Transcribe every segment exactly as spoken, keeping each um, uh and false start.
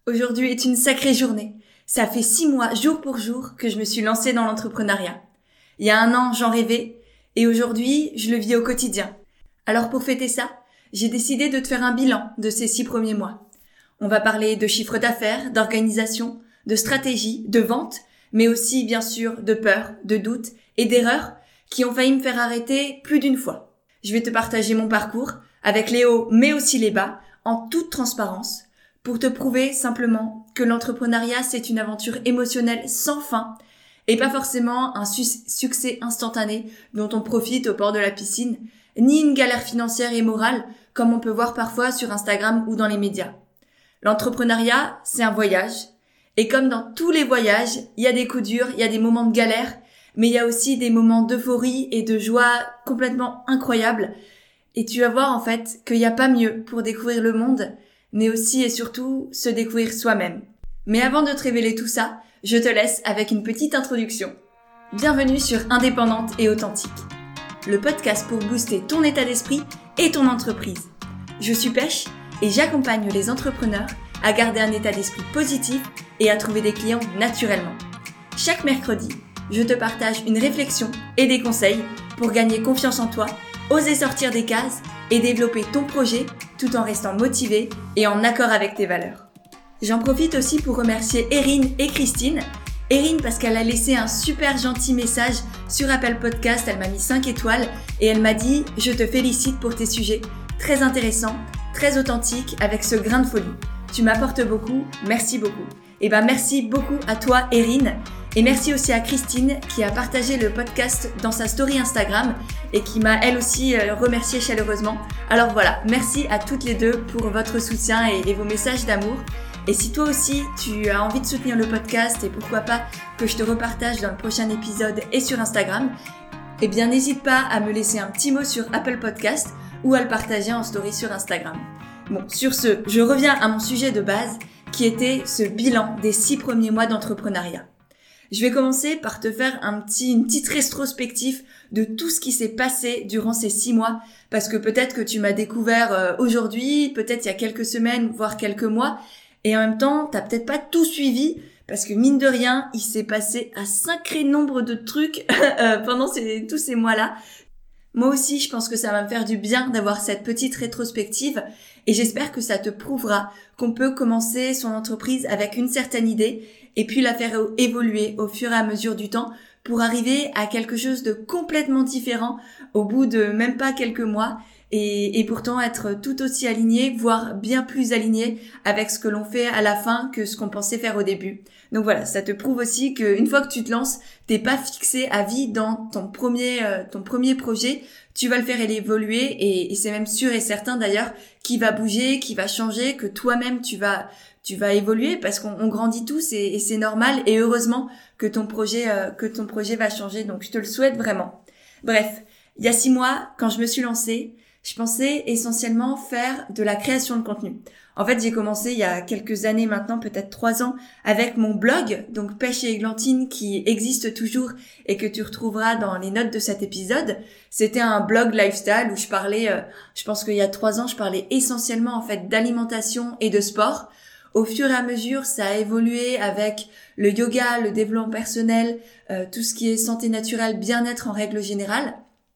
Aujourd'hui est une sacrée journée. Ça fait six mois, jour pour jour, que je me suis lancée dans l'entrepreneuriat. Il y a un an, j'en rêvais, et aujourd'hui, je le vis au quotidien. Alors pour fêter ça, j'ai décidé de te faire un bilan de ces six premiers mois. On va parler de chiffre d'affaires, d'organisation, de stratégie, de vente, mais aussi, bien sûr, de peur, de doute et d'erreurs qui ont failli me faire arrêter plus d'une fois. Je vais te partager mon parcours, avec les hauts, mais aussi les bas, en toute transparence, pour te prouver simplement que l'entrepreneuriat, c'est une aventure émotionnelle sans fin et pas forcément un su- succès instantané dont on profite au bord de la piscine, ni une galère financière et morale comme on peut voir parfois sur Instagram ou dans les médias. L'entrepreneuriat, c'est un voyage et comme dans tous les voyages, il y a des coups durs, il y a des moments de galère, mais il y a aussi des moments d'euphorie et de joie complètement incroyables. Et tu vas voir en fait qu'il n'y a pas mieux pour découvrir le monde, mais aussi et surtout se découvrir soi-même. Mais avant de te révéler tout ça, je te laisse avec une petite introduction. Bienvenue sur Indépendante et Authentique, le podcast pour booster ton état d'esprit et ton entreprise. Je suis Pêche et j'accompagne les entrepreneurs à garder un état d'esprit positif et à trouver des clients naturellement. Chaque mercredi, je te partage une réflexion et des conseils pour gagner confiance en toi, oser sortir des cases et développer ton projet tout en restant motivé et en accord avec tes valeurs. J'en profite aussi pour remercier Erin et Christine. Erin parce qu'elle a laissé un super gentil message sur Apple Podcast, elle m'a mis cinq étoiles et elle m'a dit « Je te félicite pour tes sujets très intéressants, très authentiques avec ce grain de folie. Tu m'apportes beaucoup, merci beaucoup. » Et ben merci beaucoup à toi Erin et merci aussi à Christine qui a partagé le podcast dans sa story Instagram et qui m'a elle aussi remercié chaleureusement. Alors voilà, merci à toutes les deux pour votre soutien et, et vos messages d'amour. Et si toi aussi tu as envie de soutenir le podcast et pourquoi pas que je te repartage dans le prochain épisode et sur Instagram, eh bien n'hésite pas à me laisser un petit mot sur Apple Podcast ou à le partager en story sur Instagram. Bon, sur ce, je reviens à mon sujet de base qui était ce bilan des six premiers mois d'entrepreneuriat. Je vais commencer par te faire un petit, une petite rétrospective de tout ce qui s'est passé durant ces six mois, parce que peut-être que tu m'as découvert euh, aujourd'hui, peut-être il y a quelques semaines, voire quelques mois, et en même temps, t'as peut-être pas tout suivi, parce que mine de rien, il s'est passé un sacré nombre de trucs euh, pendant ces, tous ces mois-là. Moi aussi, je pense que ça va me faire du bien d'avoir cette petite rétrospective et j'espère que ça te prouvera qu'on peut commencer son entreprise avec une certaine idée et puis la faire évoluer au fur et à mesure du temps pour arriver à quelque chose de complètement différent au bout de même pas quelques mois et, et pourtant être tout aussi aligné, voire bien plus aligné avec ce que l'on fait à la fin que ce qu'on pensait faire au début. Donc voilà, ça te prouve aussi qu'une fois que tu te lances, t'es pas fixé à vie dans ton premier euh, ton premier projet, tu vas le faire évoluer et, et c'est même sûr et certain d'ailleurs qu'il va bouger, qu'il va changer, que toi-même tu vas tu vas évoluer parce qu'on on grandit tous et, et c'est normal et heureusement que ton projet euh, que ton projet va changer. Donc je te le souhaite vraiment. Bref, il y a six mois, quand je me suis lancée, je pensais essentiellement faire de la création de contenu. En fait, j'ai commencé il y a quelques années maintenant, peut-être trois ans, avec mon blog, donc Pêche et Églantine, qui existe toujours et que tu retrouveras dans les notes de cet épisode. C'était un blog lifestyle où je parlais, euh, je pense qu'il y a trois ans, je parlais essentiellement en fait d'alimentation et de sport. Au fur et à mesure, ça a évolué avec le yoga, le développement personnel, euh, tout ce qui est santé naturelle, bien-être en règle générale.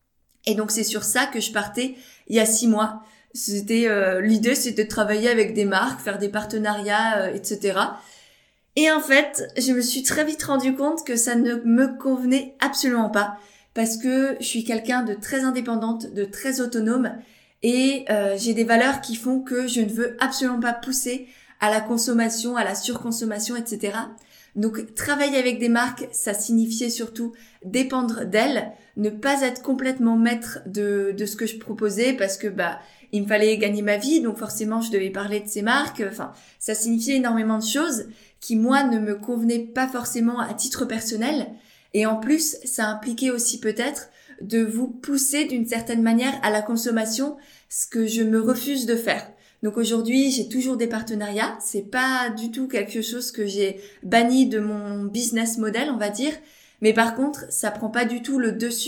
Et donc c'est sur ça que je partais il y a six mois. C'était euh, l'idée, c'était de travailler avec des marques, faire des partenariats, euh, et cetera. Et en fait, je me suis très vite rendu compte que ça ne me convenait absolument pas parce que je suis quelqu'un de très indépendante, de très autonome et euh, j'ai des valeurs qui font que je ne veux absolument pas pousser à la consommation, à la surconsommation, et cetera. Donc travailler avec des marques, ça signifiait surtout dépendre d'elles, ne pas être complètement maître de de ce que je proposais parce que bah il me fallait gagner ma vie, donc forcément je devais parler de ces marques. Enfin, ça signifiait énormément de choses qui moi ne me convenaient pas forcément à titre personnel. Et en plus, ça impliquait aussi peut-être de vous pousser d'une certaine manière à la consommation, ce que je me refuse de faire. Donc aujourd'hui, j'ai toujours des partenariats. C'est pas du tout quelque chose que j'ai banni de mon business model, on va dire. Mais par contre, ça prend pas du tout le dessus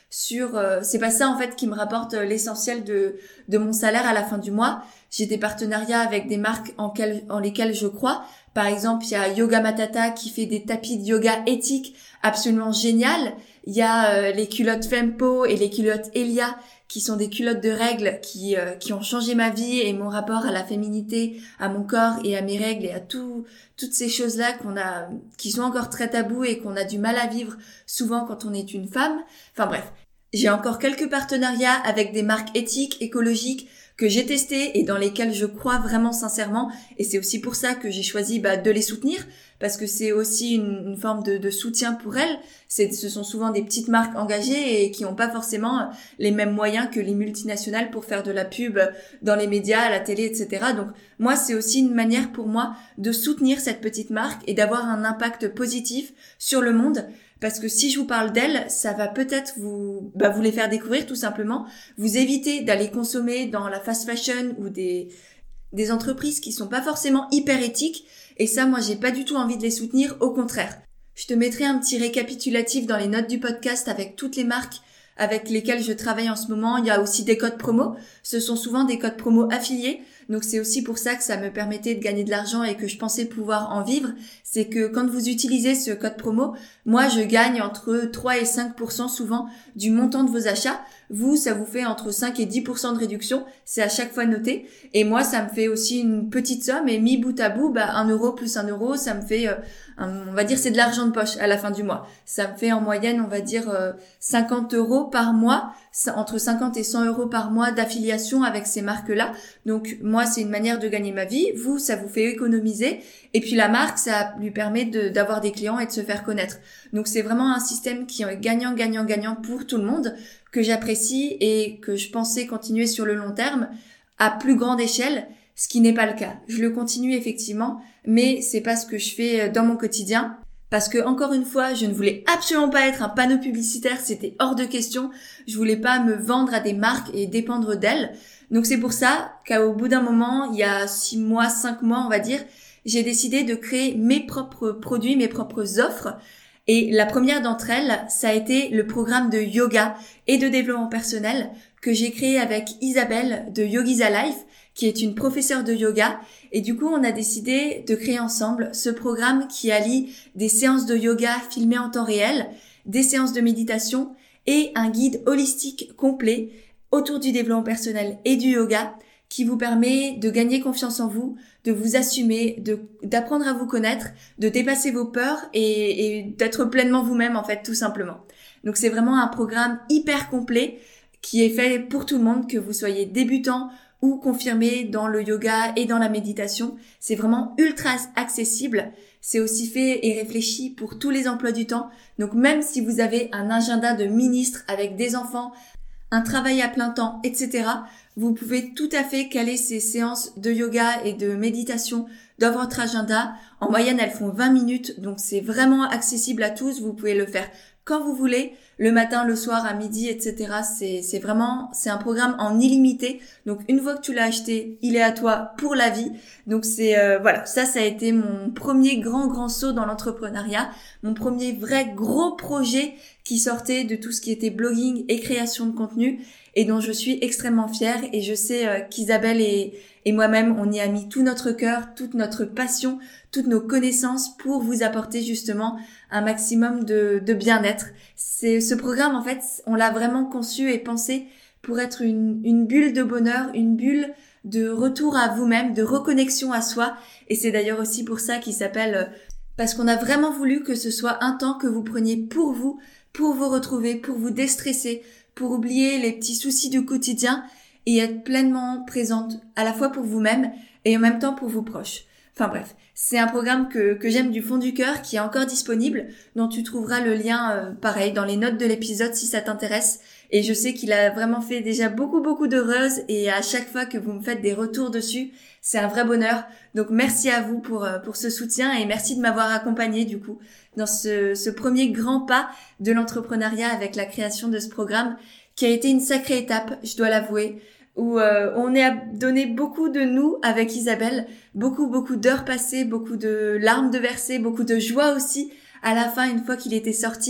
sur euh, c'est pas ça en fait qui me rapporte euh, l'essentiel de de mon salaire à la fin du mois. J'ai des partenariats avec des marques en, quel, en lesquelles je crois. Par exemple, il y a Yoga Matata qui fait des tapis de yoga éthiques absolument génial. Il y a euh, les culottes Fempo et les culottes Elia qui sont des culottes de règles qui euh, qui ont changé ma vie et mon rapport à la féminité, à mon corps et à mes règles et à tout toutes ces choses-là qu'on a qui sont encore très tabous et qu'on a du mal à vivre souvent quand on est une femme. Enfin bref, j'ai encore quelques partenariats avec des marques éthiques, écologiques que j'ai testées et dans lesquelles je crois vraiment sincèrement, et c'est aussi pour ça que j'ai choisi bah, de les soutenir, parce que c'est aussi une, une forme de, de soutien pour elles. C'est, ce sont souvent des petites marques engagées et qui n'ont pas forcément les mêmes moyens que les multinationales pour faire de la pub dans les médias, à la télé, et cetera. Donc moi, c'est aussi une manière pour moi de soutenir cette petite marque et d'avoir un impact positif sur le monde. Parce que si je vous parle d'elles, ça va peut-être vous, bah, vous les faire découvrir tout simplement. Vous éviter d'aller consommer dans la fast fashion ou des, des entreprises qui sont pas forcément hyper éthiques. Et ça, moi, j'ai pas du tout envie de les soutenir. Au contraire. Je te mettrai un petit récapitulatif dans les notes du podcast avec toutes les marques avec lesquelles je travaille en ce moment. Il y a aussi des codes promo. Ce sont souvent des codes promo affiliés. Donc c'est aussi pour ça que ça me permettait de gagner de l'argent et que je pensais pouvoir en vivre. C'est que quand vous utilisez ce code promo, moi je gagne entre trois et cinq pour cent souvent du montant de vos achats. Vous, ça vous fait entre cinq et dix pour cent de réduction. C'est à chaque fois noté. Et moi, ça me fait aussi une petite somme. Et mis bout à bout, bah, un euro plus un euro, ça me fait, euh, un, on va dire, c'est de l'argent de poche à la fin du mois. Ça me fait en moyenne, on va dire, euh, cinquante euros par mois, entre cinquante et cent euros par mois d'affiliation avec ces marques-là. Donc, moi, c'est une manière de gagner ma vie. Vous, ça vous fait économiser. Et puis, la marque, ça lui permet de, d'avoir des clients et de se faire connaître. Donc, c'est vraiment un système qui est gagnant, gagnant, gagnant pour tout le monde, que j'apprécie et que je pensais continuer sur le long terme à plus grande échelle, ce qui n'est pas le cas. Je le continue effectivement, mais c'est pas ce que je fais dans mon quotidien. Parce que, encore une fois, je ne voulais absolument pas être un panneau publicitaire, c'était hors de question. Je voulais pas me vendre à des marques et dépendre d'elles. Donc c'est pour ça qu'au bout d'un moment, il y a six mois, cinq mois, on va dire, j'ai décidé de créer mes propres produits, mes propres offres. Et la première d'entre elles, ça a été le programme de yoga et de développement personnel que j'ai créé avec Isabelle de Yogis Alive, qui est une professeure de yoga. Et du coup, on a décidé de créer ensemble ce programme qui allie des séances de yoga filmées en temps réel, des séances de méditation et un guide holistique complet autour du développement personnel et du yoga qui vous permet de gagner confiance en vous, de vous assumer, de d'apprendre à vous connaître, de dépasser vos peurs et, et d'être pleinement vous-même en fait, tout simplement. Donc c'est vraiment un programme hyper complet qui est fait pour tout le monde, que vous soyez débutant ou confirmé dans le yoga et dans la méditation. C'est vraiment ultra accessible. C'est aussi fait et réfléchi pour tous les emplois du temps. Donc même si vous avez un agenda de ministre avec des enfants, un travail à plein temps, et cetera, vous pouvez tout à fait caler ces séances de yoga et de méditation dans votre agenda. En moyenne, elles font vingt minutes, donc c'est vraiment accessible à tous. Vous pouvez le faire quand vous voulez, le matin, le soir, à midi, et cetera. C'est, c'est vraiment, c'est un programme en illimité. Donc une fois que tu l'as acheté, il est à toi pour la vie. Donc c'est, euh, voilà, ça, ça a été mon premier grand, grand saut dans l'entrepreneuriat. Mon premier vrai gros projet qui sortait de tout ce qui était blogging et création de contenu et dont je suis extrêmement fière. Et je sais euh, qu'Isabelle et, et moi-même, on y a mis tout notre cœur, toute notre passion, toutes nos connaissances pour vous apporter justement un maximum de, de bien-être. C'est ce programme, en fait, on l'a vraiment conçu et pensé pour être une, une bulle de bonheur, une bulle de retour à vous-même, de reconnexion à soi. Et c'est d'ailleurs aussi pour ça qu'il s'appelle, parce qu'on a vraiment voulu que ce soit un temps que vous preniez pour vous, pour vous retrouver, pour vous déstresser, pour oublier les petits soucis du quotidien et être pleinement présente à la fois pour vous-même et en même temps pour vos proches. Enfin bref, c'est un programme que, que j'aime du fond du cœur, qui est encore disponible, dont tu trouveras le lien, euh, pareil, dans les notes de l'épisode si ça t'intéresse. Et je sais qu'il a vraiment fait déjà beaucoup, beaucoup d'heureuses et à chaque fois que vous me faites des retours dessus, c'est un vrai bonheur. Donc merci à vous pour, euh, pour ce soutien et merci de m'avoir accompagné du coup dans ce, ce premier grand pas de l'entrepreneuriat avec la création de ce programme qui a été une sacrée étape, je dois l'avouer, où euh, on a donné beaucoup de nous avec Isabelle, beaucoup beaucoup d'heures passées, beaucoup de larmes de versées, beaucoup de joie aussi à la fin une fois qu'il était sorti.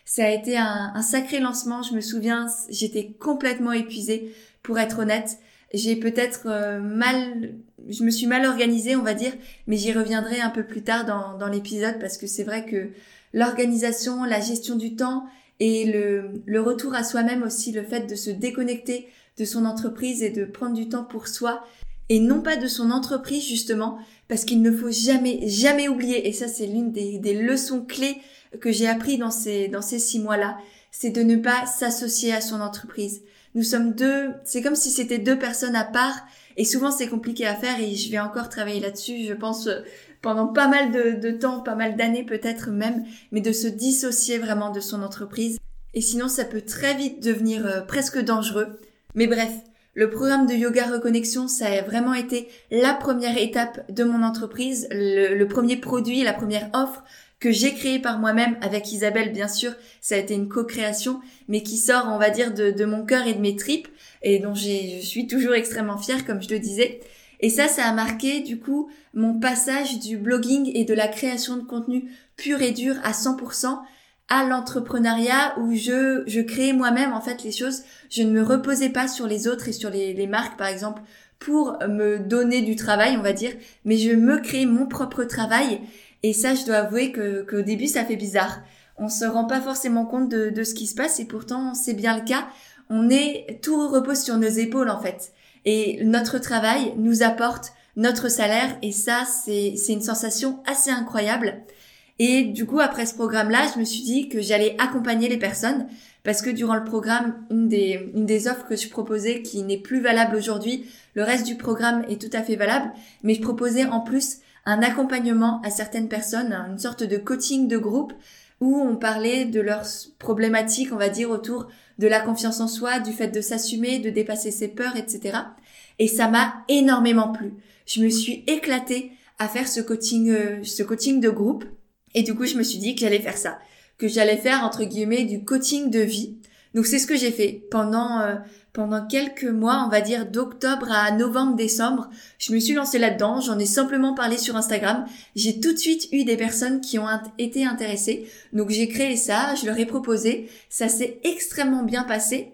Ça a été un, un sacré lancement. Je me souviens, j'étais complètement épuisée, pour être honnête. J'ai peut-être euh, mal, je me suis mal organisée, on va dire, mais j'y reviendrai un peu plus tard dans, dans l'épisode parce que c'est vrai que l'organisation, la gestion du temps et le, le retour à soi-même aussi, le fait de se déconnecter de son entreprise et de prendre du temps pour soi et non pas de son entreprise justement, parce qu'il ne faut jamais, jamais oublier, et ça c'est l'une des, des leçons clés que j'ai appris dans ces, dans ces six mois-là, c'est de ne pas s'associer à son entreprise. Nous sommes deux, c'est comme si c'était deux personnes à part et souvent c'est compliqué à faire et je vais encore travailler là-dessus, je pense, pendant pas mal de, de temps, pas mal d'années peut-être même, mais de se dissocier vraiment de son entreprise. Et sinon ça peut très vite devenir euh, presque dangereux. Mais bref, le programme de yoga reconnexion, ça a vraiment été la première étape de mon entreprise, le, le premier produit, la première offre que j'ai créé par moi-même avec Isabelle, bien sûr, ça a été une co-création, mais qui sort, on va dire, de, de mon cœur et de mes tripes, et dont j'ai, je suis toujours extrêmement fière, comme je le disais. Et ça, ça a marqué, du coup, mon passage du blogging et de la création de contenu pur et dur à cent pour cent à l'entrepreneuriat où je, je créais moi-même, en fait, les choses. Je ne me reposais pas sur les autres et sur les, les marques, par exemple, pour me donner du travail, on va dire, mais je me crée mon propre travail. Et ça, je dois avouer que qu'au début, ça fait bizarre. On se rend pas forcément compte de, de ce qui se passe et pourtant, c'est bien le cas. On est, tout repose sur nos épaules, en fait. Et notre travail nous apporte notre salaire et ça, c'est, c'est une sensation assez incroyable. Et du coup, après ce programme-là, je me suis dit que j'allais accompagner les personnes parce que durant le programme, une des, une des offres que je proposais qui n'est plus valable aujourd'hui, le reste du programme est tout à fait valable, mais je proposais en plus un accompagnement à certaines personnes, une sorte de coaching de groupe où on parlait de leurs problématiques, on va dire, autour de la confiance en soi, du fait de s'assumer, de dépasser ses peurs, et cetera. Et ça m'a énormément plu. Je me suis éclatée à faire ce coaching, euh, ce coaching de groupe. Et du coup, je me suis dit que j'allais faire ça, que j'allais faire, entre guillemets, du coaching de vie. Donc, c'est ce que j'ai fait pendant euh, pendant quelques mois, on va dire d'octobre à novembre, décembre. Je me suis lancée là-dedans, j'en ai simplement parlé sur Instagram. J'ai tout de suite eu des personnes qui ont été intéressées. Donc, j'ai créé ça, je leur ai proposé. Ça s'est extrêmement bien passé.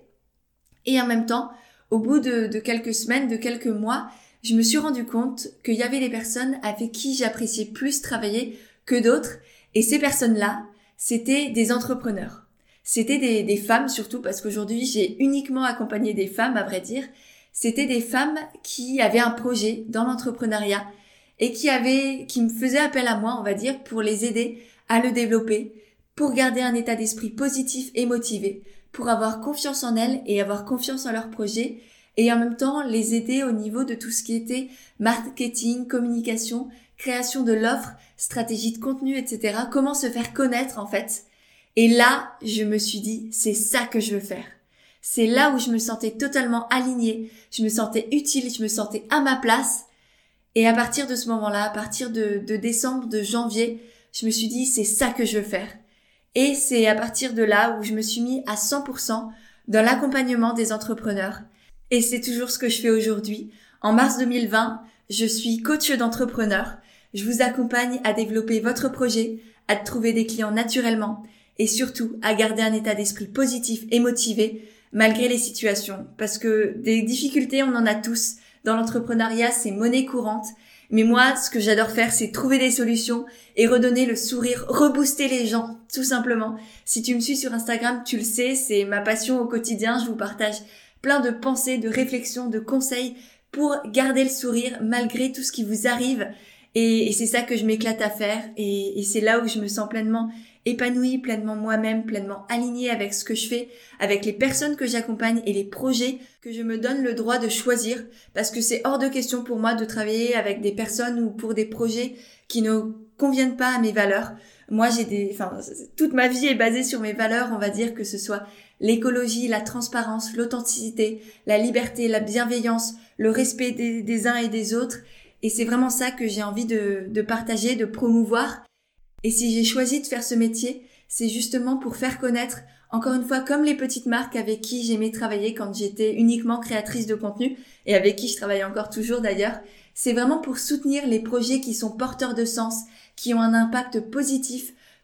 Et en même temps, au bout de, de quelques semaines, de quelques mois, je me suis rendu compte qu'il y avait des personnes avec qui j'appréciais plus travailler que d'autres. Et ces personnes-là, c'était des entrepreneurs. C'était des, des femmes surtout parce qu'aujourd'hui, j'ai uniquement accompagné des femmes, à vrai dire. C'était des femmes qui avaient un projet dans l'entrepreneuriat et qui avaient, qui me faisaient appel à moi, on va dire, pour les aider à le développer, pour garder un état d'esprit positif et motivé, pour avoir confiance en elles et avoir confiance en leur projet et en même temps les aider au niveau de tout ce qui était marketing, communication, création de l'offre, stratégie de contenu, et cetera. Comment se faire connaître en fait. Et là, je me suis dit, c'est ça que je veux faire. C'est là où je me sentais totalement alignée, je me sentais utile, je me sentais à ma place. Et à partir de ce moment-là, à partir de, de décembre, de janvier, je me suis dit, c'est ça que je veux faire. Et c'est à partir de là où je me suis mis à cent pour cent dans l'accompagnement des entrepreneurs. Et c'est toujours ce que je fais aujourd'hui. En mars deux mille vingt, je suis coach d'entrepreneurs. Je vous accompagne à développer votre projet, à trouver des clients naturellement et surtout à garder un état d'esprit positif et motivé malgré les situations. Parce que des difficultés, on en a tous. Dans l'entrepreneuriat, c'est monnaie courante. Mais moi, ce que j'adore faire, c'est trouver des solutions et redonner le sourire, rebooster les gens, tout simplement. Si tu me suis sur Instagram, tu le sais, c'est ma passion au quotidien. Je vous partage plein de pensées, de réflexions, de conseils pour garder le sourire malgré tout ce qui vous arrive. Et, et c'est ça que je m'éclate à faire. Et, et c'est là où je me sens pleinement épanouie, pleinement moi-même, pleinement alignée avec ce que je fais, avec les personnes que j'accompagne et les projets que je me donne le droit de choisir, parce que c'est hors de question pour moi de travailler avec des personnes ou pour des projets qui ne conviennent pas à mes valeurs. Moi, j'ai des, enfin, toute ma vie est basée sur mes valeurs, on va dire, que ce soit l'écologie, la transparence, l'authenticité, la liberté, la bienveillance, le respect des, des uns et des autres. Et c'est vraiment ça que j'ai envie de, de partager, de promouvoir. Et si j'ai choisi de faire ce métier, c'est justement pour faire connaître, encore une fois, comme les petites marques avec qui j'aimais travailler quand j'étais uniquement créatrice de contenu et avec qui je travaille encore toujours d'ailleurs, c'est vraiment pour soutenir les projets qui sont porteurs de sens, qui ont un impact positif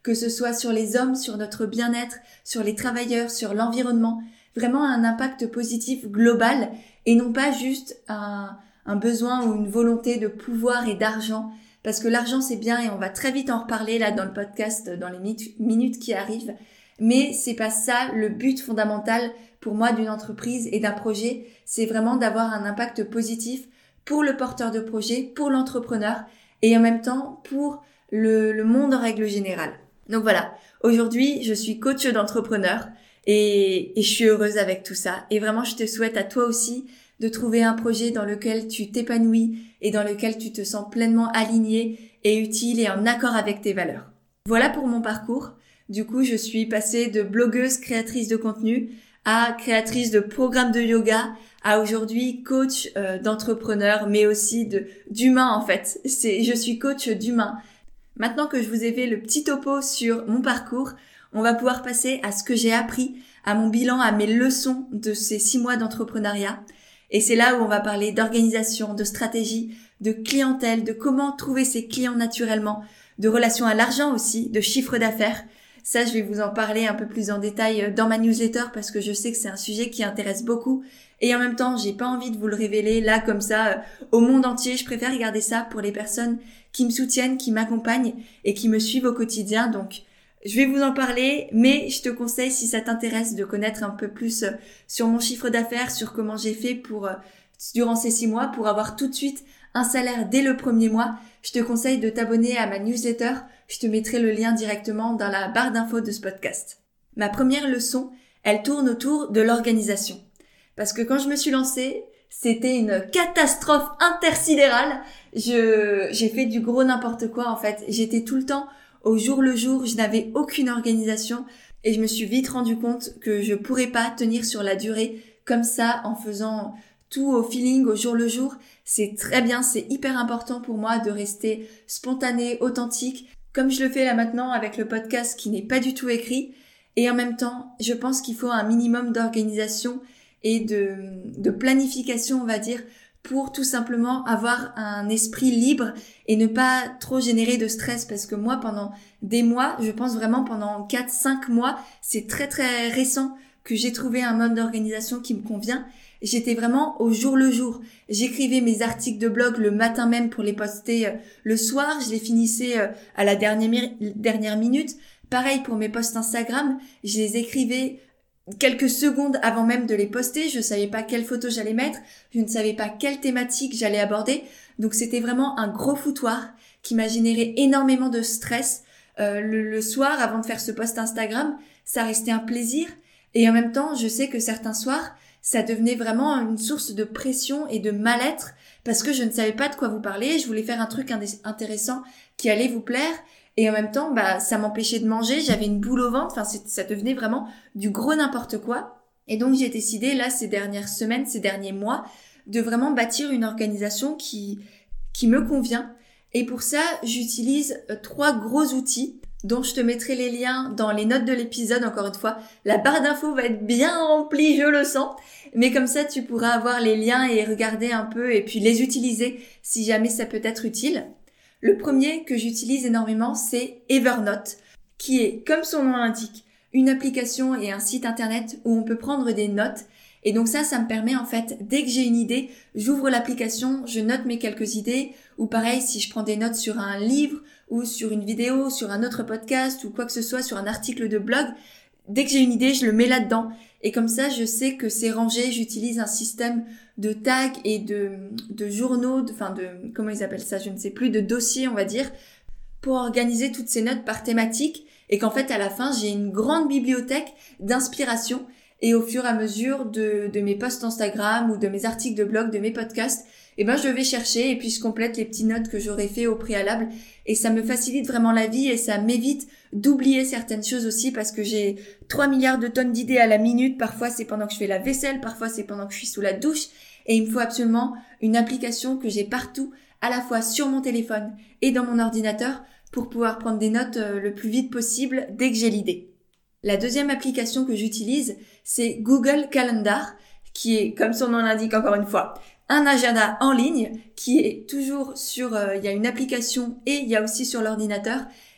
que ce soit sur les hommes, sur notre bien-être, sur les travailleurs, sur l'environnement, vraiment un impact positif global et non pas juste un, un besoin ou une volonté de pouvoir et d'argent, parce que l'argent c'est bien et on va très vite en reparler là dans le podcast, dans les minutes, minutes qui arrivent, mais c'est pas ça le but fondamental pour moi d'une entreprise et d'un projet, c'est vraiment d'avoir un impact positif pour le porteur de projet, pour l'entrepreneur et en même temps pour le, le monde en règle générale. Donc voilà, aujourd'hui je suis coach d'entrepreneur et, et je suis heureuse avec tout ça. Et vraiment je te souhaite à toi aussi de trouver un projet dans lequel tu t'épanouis et dans lequel tu te sens pleinement aligné et utile et en accord avec tes valeurs. Voilà pour mon parcours. Du coup, je suis passée de blogueuse créatrice de contenu à créatrice de programmes de yoga, à aujourd'hui coach euh, d'entrepreneur, mais aussi de d'humain en fait. C'est, je suis coach d'humain. Maintenant que je vous ai fait le petit topo sur mon parcours, on va pouvoir passer à ce que j'ai appris, à mon bilan, à mes leçons de ces six mois d'entrepreneuriat. Et c'est là où on va parler d'organisation, de stratégie, de clientèle, de comment trouver ses clients naturellement, de relation à l'argent aussi, de chiffre d'affaires. Ça, je vais vous en parler un peu plus en détail dans ma newsletter parce que je sais que c'est un sujet qui intéresse beaucoup. Et en même temps, j'ai pas envie de vous le révéler là comme ça euh, au monde entier. Je préfère garder ça pour les personnes qui me soutiennent, qui m'accompagnent et qui me suivent au quotidien. Donc, je vais vous en parler, mais je te conseille, si ça t'intéresse, de connaître un peu plus euh, sur mon chiffre d'affaires, sur comment j'ai fait pour euh, durant ces six mois pour avoir tout de suite un salaire dès le premier mois. Je te conseille de t'abonner à ma newsletter. Je te mettrai le lien directement dans la barre d'infos de ce podcast. Ma première leçon, elle tourne autour de l'organisation. Parce que quand je me suis lancée, c'était une catastrophe intersidérale. Je, j'ai fait du gros n'importe quoi en fait. J'étais tout le temps au jour le jour, je n'avais aucune organisation et je me suis vite rendu compte que je pourrais pas tenir sur la durée comme ça en faisant tout au feeling, au jour le jour. C'est très bien, c'est hyper important pour moi de rester spontané, authentique, comme je le fais là maintenant avec le podcast qui n'est pas du tout écrit. Et en même temps, je pense qu'il faut un minimum d'organisation et de, de planification, on va dire, pour tout simplement avoir un esprit libre et ne pas trop générer de stress. Parce que moi, pendant des mois, je pense vraiment pendant quatre cinq mois, c'est très très récent que j'ai trouvé un mode d'organisation qui me convient. J'étais vraiment au jour le jour. J'écrivais mes articles de blog le matin même pour les poster euh, le soir. Je les finissais euh, à la dernière, dernière minute. Pareil pour mes posts Instagram. Je les écrivais quelques secondes avant même de les poster. Je savais pas quelle photo j'allais mettre. Je ne savais pas quelle thématique j'allais aborder. Donc c'était vraiment un gros foutoir qui m'a généré énormément de stress. Euh, le, le soir, avant de faire ce post Instagram, ça restait un plaisir. Et en même temps, je sais que certains soirs, ça devenait vraiment une source de pression et de mal-être parce que je ne savais pas de quoi vous parler. Je voulais faire un truc intéressant qui allait vous plaire et en même temps, bah, ça m'empêchait de manger. J'avais une boule au ventre. Enfin, ça devenait vraiment du gros n'importe quoi. Et donc, j'ai décidé là ces dernières semaines, ces derniers mois, de vraiment bâtir une organisation qui qui me convient. Et pour ça, j'utilise trois gros outils dont je te mettrai les liens dans les notes de l'épisode. Encore une fois, la barre d'infos va être bien remplie, je le sens. Mais comme ça, tu pourras avoir les liens et regarder un peu et puis les utiliser si jamais ça peut être utile. Le premier que j'utilise énormément, c'est Evernote, qui est, comme son nom l'indique, une application et un site internet où on peut prendre des notes. Et donc ça, ça me permet en fait, dès que j'ai une idée, j'ouvre l'application, je note mes quelques idées, ou pareil, si je prends des notes sur un livre, ou sur une vidéo, sur un autre podcast, ou quoi que ce soit, sur un article de blog, dès que j'ai une idée, je le mets là-dedans. Et comme ça, je sais que c'est rangé, j'utilise un système de tags et de, de journaux, de, enfin de, comment ils appellent ça, je ne sais plus, de dossiers, on va dire, pour organiser toutes ces notes par thématique, et qu'en fait, à la fin, j'ai une grande bibliothèque d'inspiration. Et au fur et à mesure de, de mes posts Instagram ou de mes articles de blog, de mes podcasts, eh ben, je vais chercher et puis je complète les petites notes que j'aurais fait au préalable. Et ça me facilite vraiment la vie et ça m'évite d'oublier certaines choses aussi parce que j'ai trois milliards de tonnes d'idées à la minute. Parfois, c'est pendant que je fais la vaisselle. Parfois, c'est pendant que je suis sous la douche. Et il me faut absolument une application que j'ai partout, à la fois sur mon téléphone et dans mon ordinateur pour pouvoir prendre des notes le plus vite possible dès que j'ai l'idée. La deuxième application que j'utilise, c'est Google Calendar, qui est, comme son nom l'indique encore une fois, un agenda en ligne qui est toujours sur, euh, il y a une application et il y a aussi sur l'ordinateur.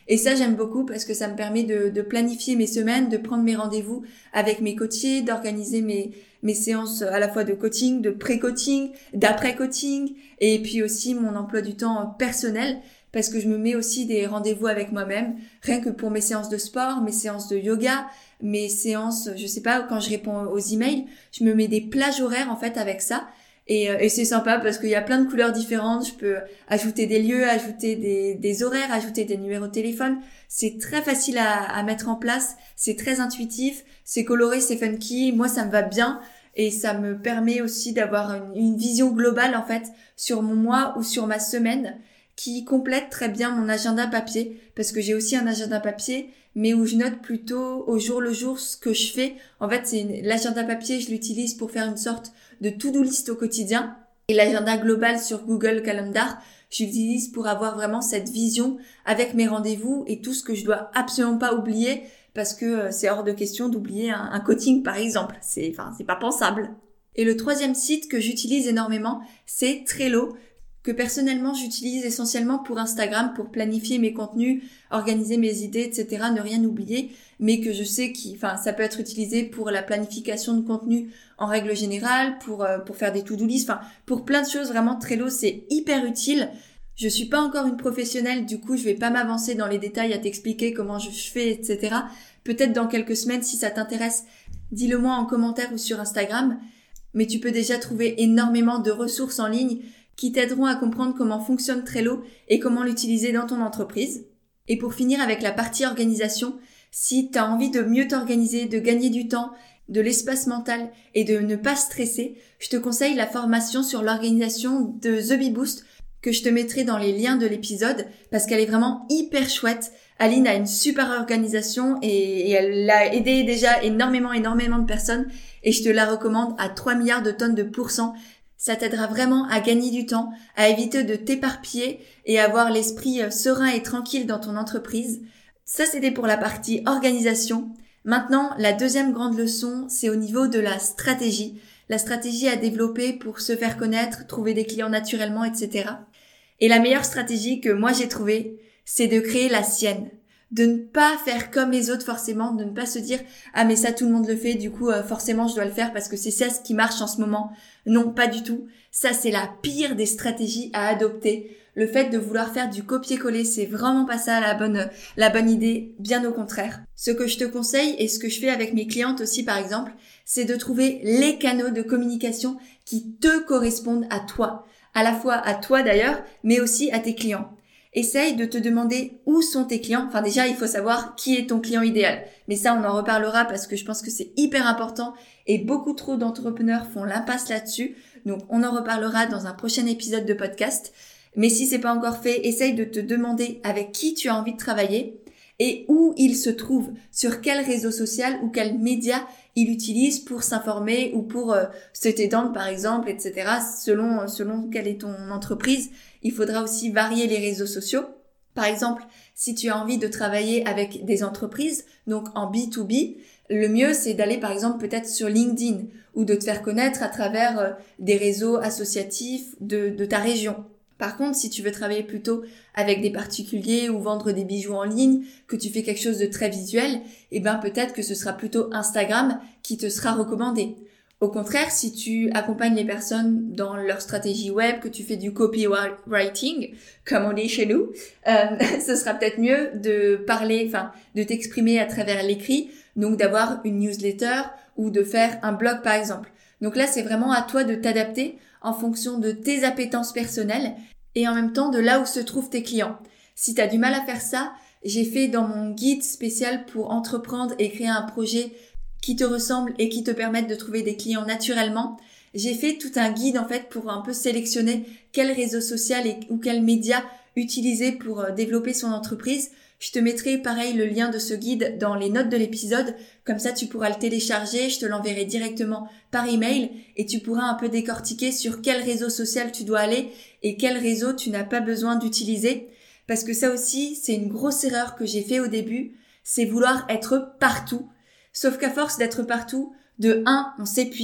Et ça, j'aime beaucoup parce que ça me permet de, de planifier mes semaines, de prendre mes rendez-vous avec mes coachés, d'organiser mes, mes séances à la fois de coaching, de pré-coaching, d'après-coaching, et puis aussi mon emploi du temps personnel, parce que je me mets aussi des rendez-vous avec moi-même, rien que pour mes séances de sport, mes séances de yoga, mes séances, je sais pas, quand je réponds aux emails, je me mets des plages horaires en fait avec ça. Et, et c'est sympa parce qu'il y a plein de couleurs différentes. Je peux ajouter des lieux, ajouter des, des horaires, ajouter des numéros de téléphone. C'est très facile à, à mettre en place. C'est très intuitif. C'est coloré, c'est funky. Moi, ça me va bien. Et ça me permet aussi d'avoir une, une vision globale, en fait, sur mon mois ou sur ma semaine qui complète très bien mon agenda papier. Parce que j'ai aussi un agenda papier, mais où je note plutôt au jour le jour ce que je fais. En fait, c'est une, l'agenda papier, je l'utilise pour faire une sorte de to-do list au quotidien. Et l'agenda global sur Google Calendar, je l'utilise pour avoir vraiment cette vision avec mes rendez-vous et tout ce que je dois absolument pas oublier parce que c'est hors de question d'oublier un, un coaching par exemple. C'est, enfin, c'est pas pensable. Et le troisième site que j'utilise énormément, c'est Trello, que personnellement j'utilise essentiellement pour Instagram, pour planifier mes contenus, organiser mes idées, et cetera, ne rien oublier, mais que je sais que, enfin, ça peut être utilisé pour la planification de contenu en règle générale, pour euh, pour faire des to-do list, enfin, pour plein de choses. Vraiment, Trello, c'est hyper utile. Je suis pas encore une professionnelle, du coup, je vais pas m'avancer dans les détails à t'expliquer comment je fais, et cetera. Peut-être dans quelques semaines, si ça t'intéresse, dis-le moi en commentaire ou sur Instagram. Mais tu peux déjà trouver énormément de ressources en ligne qui t'aideront à comprendre comment fonctionne Trello et comment l'utiliser dans ton entreprise. Et pour finir avec la partie organisation, si tu as envie de mieux t'organiser, de gagner du temps, de l'espace mental et de ne pas stresser, je te conseille la formation sur l'organisation de The Bee Boost que je te mettrai dans les liens de l'épisode parce qu'elle est vraiment hyper chouette. Aline a une super organisation et, et elle a aidé déjà énormément, énormément de personnes et je te la recommande à trois milliards de tonnes de pourcents. Ça t'aidera vraiment à gagner du temps, à éviter de t'éparpiller et avoir l'esprit serein et tranquille dans ton entreprise. Ça, c'était pour la partie organisation. Maintenant, la deuxième grande leçon, c'est au niveau de la stratégie. La stratégie à développer pour se faire connaître, trouver des clients naturellement, et cetera. Et la meilleure stratégie que moi j'ai trouvée, c'est de créer la sienne. De ne pas faire comme les autres forcément, de ne pas se dire « Ah mais ça tout le monde le fait, du coup euh, forcément je dois le faire parce que c'est ça ce qui marche en ce moment. » Non, pas du tout. Ça c'est la pire des stratégies à adopter. Le fait de vouloir faire du copier-coller, c'est vraiment pas ça la bonne, la bonne idée, bien au contraire. Ce que je te conseille et ce que je fais avec mes clientes aussi par exemple, c'est de trouver les canaux de communication qui te correspondent à toi. À la fois à toi d'ailleurs, mais aussi à tes clients. Essaye de te demander où sont tes clients. Enfin déjà, il faut savoir qui est ton client idéal. Mais ça, on en reparlera parce que je pense que c'est hyper important et beaucoup trop d'entrepreneurs font l'impasse là-dessus. Donc, on en reparlera dans un prochain épisode de podcast. Mais si c'est pas encore fait, essaye de te demander avec qui tu as envie de travailler et où il se trouve, sur quel réseau social ou quel média il utilise pour s'informer ou pour euh, se t'étendre par exemple, et cetera. Selon, selon quelle est ton entreprise, il faudra aussi varier les réseaux sociaux. Par exemple, si tu as envie de travailler avec des entreprises, donc en B deux B, le mieux c'est d'aller par exemple peut-être sur LinkedIn ou de te faire connaître à travers euh, des réseaux associatifs de, de ta région. Par contre, si tu veux travailler plutôt avec des particuliers ou vendre des bijoux en ligne, que tu fais quelque chose de très visuel, eh ben peut-être que ce sera plutôt Instagram qui te sera recommandé. Au contraire, si tu accompagnes les personnes dans leur stratégie web, que tu fais du copywriting, comme on dit chez nous, euh, ce sera peut-être mieux de parler, enfin, de t'exprimer à travers l'écrit, donc d'avoir une newsletter ou de faire un blog par exemple. Donc là, c'est vraiment à toi de t'adapter en fonction de tes appétences personnelles et en même temps de là où se trouvent tes clients. Si tu as du mal à faire ça, j'ai fait dans mon guide spécial pour entreprendre et créer un projet qui te ressemble et qui te permette de trouver des clients naturellement. J'ai fait tout un guide en fait pour un peu sélectionner quel réseau social et, ou quel média utiliser pour euh, développer son entreprise. Je te mettrai pareil le lien de ce guide dans les notes de l'épisode, comme ça tu pourras le télécharger, je te l'enverrai directement par email et tu pourras un peu décortiquer sur quel réseau social tu dois aller et quel réseau tu n'as pas besoin d'utiliser. Parce que ça aussi, c'est une grosse erreur que j'ai fait au début, c'est vouloir être partout. Sauf qu'à force d'être partout, de un, on s'épuise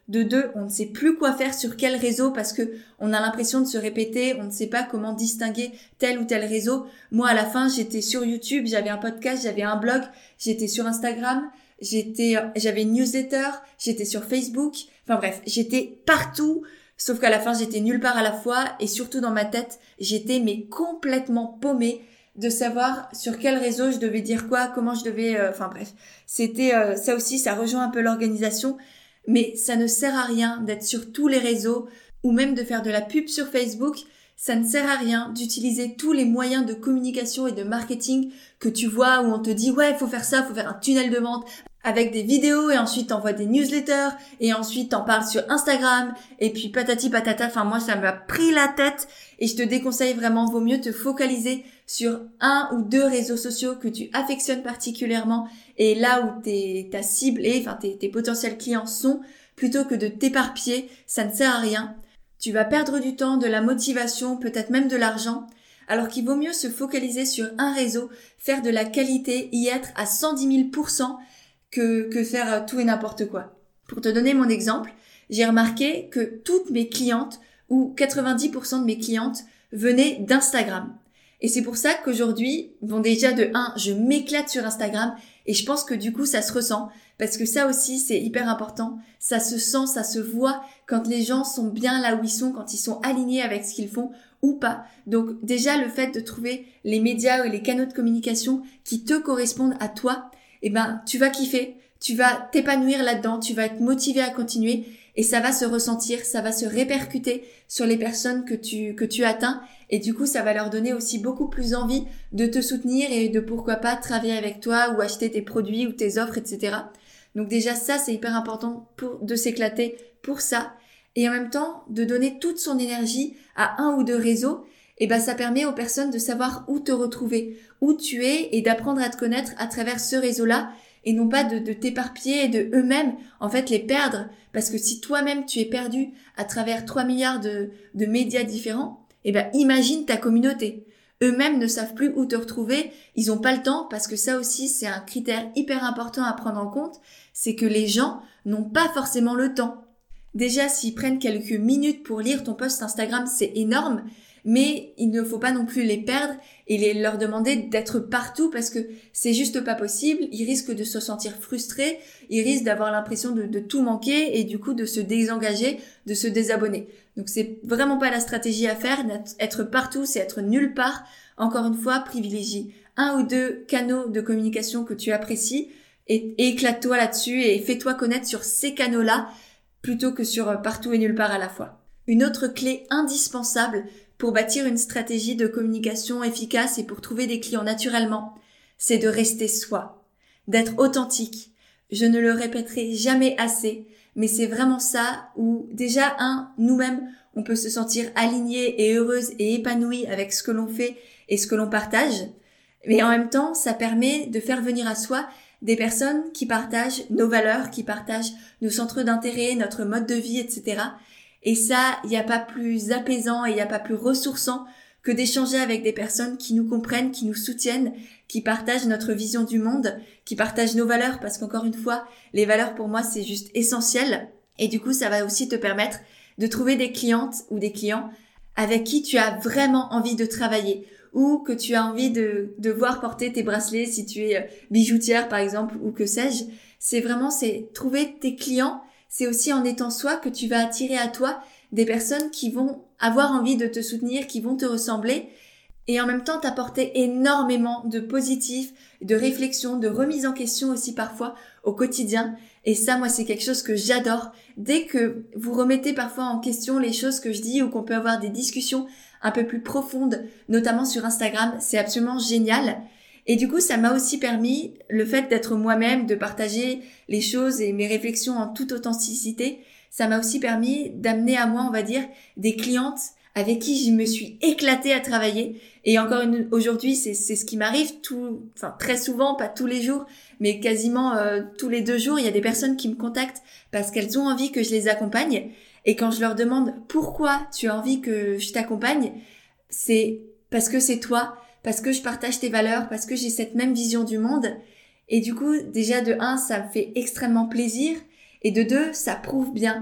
De deux, on ne sait plus quoi faire sur quel réseau parce que on a l'impression de se répéter, on ne sait pas comment distinguer tel ou tel réseau. Moi, à la fin, j'étais sur YouTube, j'avais un podcast, j'avais un blog, j'étais sur Instagram, j'étais, j'avais une newsletter, j'étais sur Facebook. Enfin bref, j'étais partout, sauf qu'à la fin, j'étais nulle part à la fois et surtout dans ma tête, j'étais mais complètement paumée de savoir sur quel réseau je devais dire quoi, comment je devais... Euh, enfin bref, c'était euh, ça aussi, ça rejoint un peu l'organisation. Mais ça ne sert à rien d'être sur tous les réseaux ou même de faire de la pub sur Facebook. Ça ne sert à rien d'utiliser tous les moyens de communication et de marketing que tu vois où on te dit « ouais, il faut faire ça, il faut faire un tunnel de vente » avec des vidéos et ensuite t'envoies des newsletters et ensuite t'en parles sur Instagram et puis patati patata. Enfin moi ça m'a pris la tête et je te déconseille vraiment, vaut mieux te focaliser sur un ou deux réseaux sociaux que tu affectionnes particulièrement et là où tes, ta cible et enfin tes, tes potentiels clients sont, plutôt que de t'éparpiller. Ça ne sert à rien. Tu vas perdre du temps, de la motivation, peut-être même de l'argent, alors qu'il vaut mieux se focaliser sur un réseau, faire de la qualité, y être à cent dix mille pour cent que, que faire tout et n'importe quoi. Pour te donner mon exemple, j'ai remarqué que toutes mes clientes, ou quatre-vingt-dix pour cent de mes clientes, venaient d'Instagram. Et c'est pour ça qu'aujourd'hui, bon déjà de un, je m'éclate sur Instagram et je pense que du coup ça se ressent parce que ça aussi c'est hyper important. Ça se sent, ça se voit quand les gens sont bien là où ils sont, quand ils sont alignés avec ce qu'ils font ou pas. Donc déjà le fait de trouver les médias et les canaux de communication qui te correspondent à toi, eh ben tu vas kiffer, tu vas t'épanouir là-dedans, tu vas être motivé à continuer et ça va se ressentir, ça va se répercuter sur les personnes que tu que tu atteins et du coup ça va leur donner aussi beaucoup plus envie de te soutenir et de pourquoi pas travailler avec toi ou acheter tes produits ou tes offres, et cetera. Donc déjà ça c'est hyper important pour de s'éclater pour ça et en même temps de donner toute son énergie à un ou deux réseaux. Et ben ça permet aux personnes de savoir où te retrouver, où tu es et d'apprendre à te connaître à travers ce réseau-là et non pas de, de t'éparpiller et de eux-mêmes en fait les perdre parce que si toi-même tu es perdu à travers trois milliards de, de médias différents, et ben imagine ta communauté. Eux-mêmes ne savent plus où te retrouver, ils ont pas le temps parce que ça aussi c'est un critère hyper important à prendre en compte, c'est que les gens n'ont pas forcément le temps. Déjà s'ils prennent quelques minutes pour lire ton post Instagram, c'est énorme. Mais il ne faut pas non plus les perdre et les, leur demander d'être partout parce que c'est juste pas possible. Ils risquent de se sentir frustrés, ils risquent d'avoir l'impression de, de tout manquer et du coup de se désengager, de se désabonner. Donc c'est vraiment pas la stratégie à faire. Être partout, c'est être nulle part. Encore une fois, privilégie un ou deux canaux de communication que tu apprécies et, et éclate-toi là-dessus et fais-toi connaître sur ces canaux-là plutôt que sur partout et nulle part à la fois. Une autre clé indispensable pour bâtir une stratégie de communication efficace et pour trouver des clients naturellement, c'est de rester soi, d'être authentique. Je ne le répéterai jamais assez, mais c'est vraiment ça où déjà, un, nous-mêmes, on peut se sentir aligné et heureuse et épanouie avec ce que l'on fait et ce que l'on partage. Mais en même temps, ça permet de faire venir à soi des personnes qui partagent nos valeurs, qui partagent nos centres d'intérêt, notre mode de vie, et cetera. Et ça, il n'y a pas plus apaisant et il n'y a pas plus ressourçant que d'échanger avec des personnes qui nous comprennent, qui nous soutiennent, qui partagent notre vision du monde, qui partagent nos valeurs, parce qu'encore une fois, les valeurs pour moi, c'est juste essentiel. Et du coup, ça va aussi te permettre de trouver des clientes ou des clients avec qui tu as vraiment envie de travailler ou que tu as envie de, de voir porter tes bracelets si tu es bijoutière, par exemple, ou que sais-je. C'est vraiment, c'est trouver tes clients. C'est aussi en étant soi que tu vas attirer à toi des personnes qui vont avoir envie de te soutenir, qui vont te ressembler et en même temps t'apporter énormément de positif, de réflexion, de remise en question aussi parfois au quotidien. Et ça, moi, c'est quelque chose que j'adore. Dès que vous remettez parfois en question les choses que je dis ou qu'on peut avoir des discussions un peu plus profondes, notamment sur Instagram, c'est absolument génial. Et du coup, ça m'a aussi permis, le fait d'être moi-même, de partager les choses et mes réflexions en toute authenticité, ça m'a aussi permis d'amener à moi, on va dire, des clientes avec qui je me suis éclatée à travailler. Et encore une, aujourd'hui, c'est, c'est ce qui m'arrive tout, enfin, très souvent, pas tous les jours, mais quasiment euh, tous les deux jours, il y a des personnes qui me contactent parce qu'elles ont envie que je les accompagne. Et quand je leur demande pourquoi tu as envie que je t'accompagne, c'est parce que c'est toi, parce que je partage tes valeurs, parce que j'ai cette même vision du monde. Et du coup, déjà de un, ça me fait extrêmement plaisir. Et de deux, ça prouve bien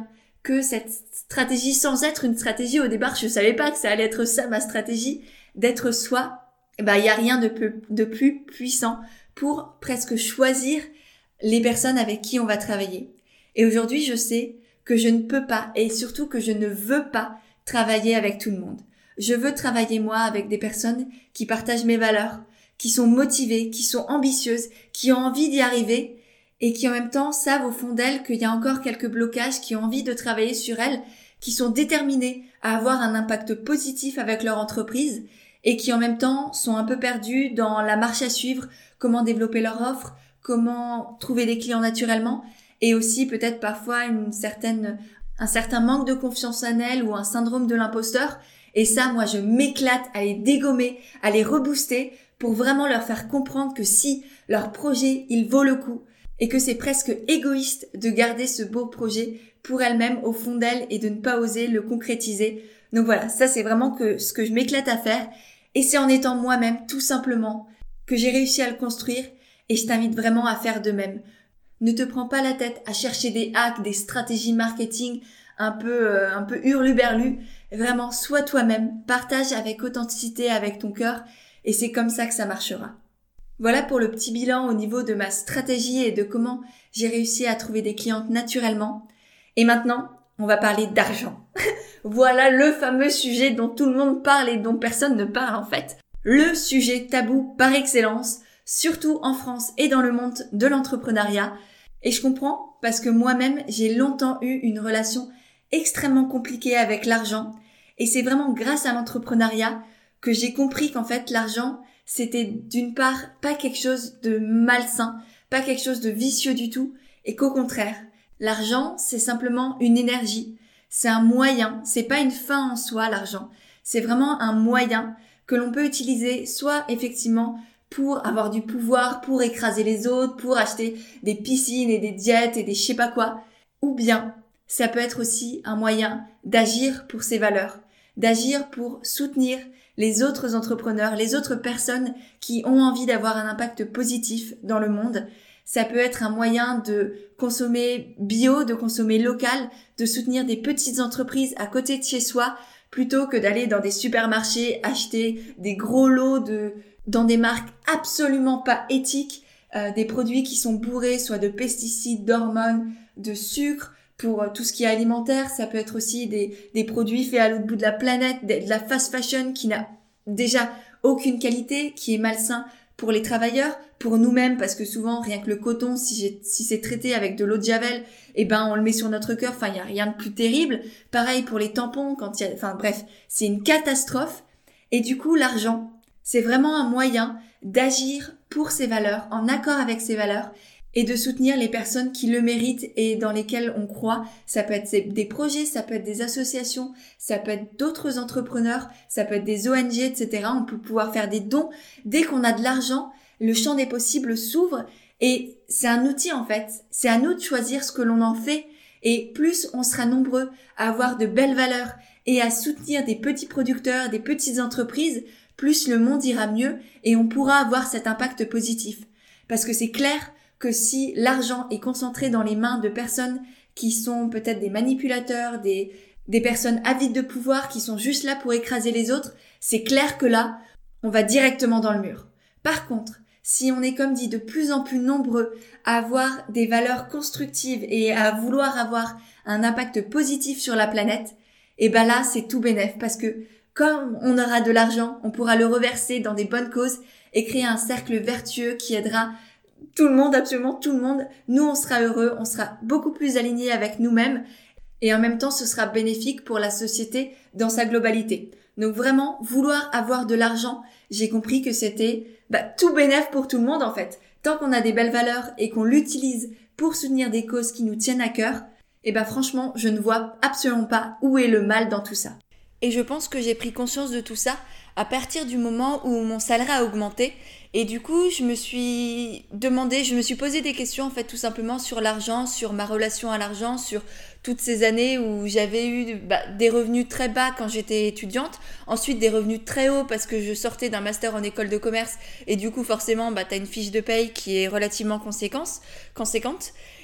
que cette stratégie, sans être une stratégie au départ, je savais pas que ça allait être ça ma stratégie, d'être soi, eh ben, il y a rien de plus, de plus puissant pour presque choisir les personnes avec qui on va travailler. Et aujourd'hui, je sais que je ne peux pas, et surtout que je ne veux pas travailler avec tout le monde. Je veux travailler moi avec des personnes qui partagent mes valeurs, qui sont motivées, qui sont ambitieuses, qui ont envie d'y arriver et qui en même temps savent au fond d'elles qu'il y a encore quelques blocages, qui ont envie de travailler sur elles, qui sont déterminées à avoir un impact positif avec leur entreprise et qui en même temps sont un peu perdues dans la marche à suivre, comment développer leur offre, comment trouver des clients naturellement et aussi peut-être parfois une certaine, un certain manque de confiance en elles ou un syndrome de l'imposteur. Et ça, moi, je m'éclate à les dégommer, à les rebooster pour vraiment leur faire comprendre que si leur projet, il vaut le coup et que c'est presque égoïste de garder ce beau projet pour elles-mêmes au fond d'elles et de ne pas oser le concrétiser. Donc voilà, ça c'est vraiment que ce que je m'éclate à faire et c'est en étant moi-même tout simplement que j'ai réussi à le construire et je t'invite vraiment à faire de même. Ne te prends pas la tête à chercher des hacks, des stratégies marketing un peu euh, un peu hurluberlu. Vraiment, sois toi-même, partage avec authenticité, avec ton cœur et c'est comme ça que ça marchera. Voilà pour le petit bilan au niveau de ma stratégie et de comment j'ai réussi à trouver des clientes naturellement. Et maintenant, on va parler d'argent. Voilà le fameux sujet dont tout le monde parle et dont personne ne parle en fait. Le sujet tabou par excellence, surtout en France et dans le monde de l'entrepreneuriat. Et je comprends parce que moi-même, j'ai longtemps eu une relation extrêmement compliquée avec l'argent. Et c'est vraiment grâce à l'entrepreneuriat que j'ai compris qu'en fait, l'argent, c'était d'une part pas quelque chose de malsain, pas quelque chose de vicieux du tout, et qu'au contraire, l'argent, c'est simplement une énergie, c'est un moyen, c'est pas une fin en soi l'argent, c'est vraiment un moyen que l'on peut utiliser soit effectivement pour avoir du pouvoir, pour écraser les autres, pour acheter des piscines et des jets et des je sais pas quoi, ou bien ça peut être aussi un moyen d'agir pour ses valeurs, d'agir pour soutenir les autres entrepreneurs, les autres personnes qui ont envie d'avoir un impact positif dans le monde. Ça peut être un moyen de consommer bio, de consommer local, de soutenir des petites entreprises à côté de chez soi, plutôt que d'aller dans des supermarchés acheter des gros lots de dans des marques absolument pas éthiques, euh, des produits qui sont bourrés soit de pesticides, d'hormones, de sucre, pour euh, tout ce qui est alimentaire. Ça peut être aussi des, des produits faits à l'autre bout de la planète, de, de la fast fashion qui n'a déjà aucune qualité, qui est malsain pour les travailleurs, pour nous-mêmes, parce que souvent, rien que le coton, si, j'ai, si c'est traité avec de l'eau de javel, eh ben, on le met sur notre cœur. Enfin, il y a rien de plus terrible. Pareil pour les tampons, quand il y a, enfin, bref, c'est une catastrophe. Et du coup, l'argent, c'est vraiment un moyen d'agir pour ses valeurs, en accord avec ses valeurs, et de soutenir les personnes qui le méritent et dans lesquelles on croit. Ça peut être des projets, ça peut être des associations, ça peut être d'autres entrepreneurs, ça peut être des O N G, et cetera. On peut pouvoir faire des dons. Dès qu'on a de l'argent, le champ des possibles s'ouvre et c'est un outil en fait. C'est à nous de choisir ce que l'on en fait et plus on sera nombreux à avoir de belles valeurs et à soutenir des petits producteurs, des petites entreprises, plus le monde ira mieux et on pourra avoir cet impact positif. Parce que c'est clair que si l'argent est concentré dans les mains de personnes qui sont peut-être des manipulateurs, des, des personnes avides de pouvoir, qui sont juste là pour écraser les autres, c'est clair que là, on va directement dans le mur. Par contre, si on est comme dit de plus en plus nombreux à avoir des valeurs constructives et à vouloir avoir un impact positif sur la planète, et ben là, c'est tout bénef parce que comme on aura de l'argent, on pourra le reverser dans des bonnes causes et créer un cercle vertueux qui aidera tout le monde, absolument tout le monde. Nous, on sera heureux, on sera beaucoup plus alignés avec nous-mêmes et en même temps, ce sera bénéfique pour la société dans sa globalité. Donc vraiment, vouloir avoir de l'argent, j'ai compris que c'était bah, tout bénef pour tout le monde en fait. Tant qu'on a des belles valeurs et qu'on l'utilise pour soutenir des causes qui nous tiennent à cœur, et ben franchement, je ne vois absolument pas où est le mal dans tout ça. Et je pense que j'ai pris conscience de tout ça à partir du moment où mon salaire a augmenté. Et du coup, je me suis demandé, je me suis posé des questions en fait tout simplement sur l'argent, sur ma relation à l'argent, sur toutes ces années où j'avais eu bah, des revenus très bas quand j'étais étudiante, ensuite des revenus très hauts parce que je sortais d'un master en école de commerce et du coup forcément bah, t'as une fiche de paye qui est relativement conséquence, conséquente.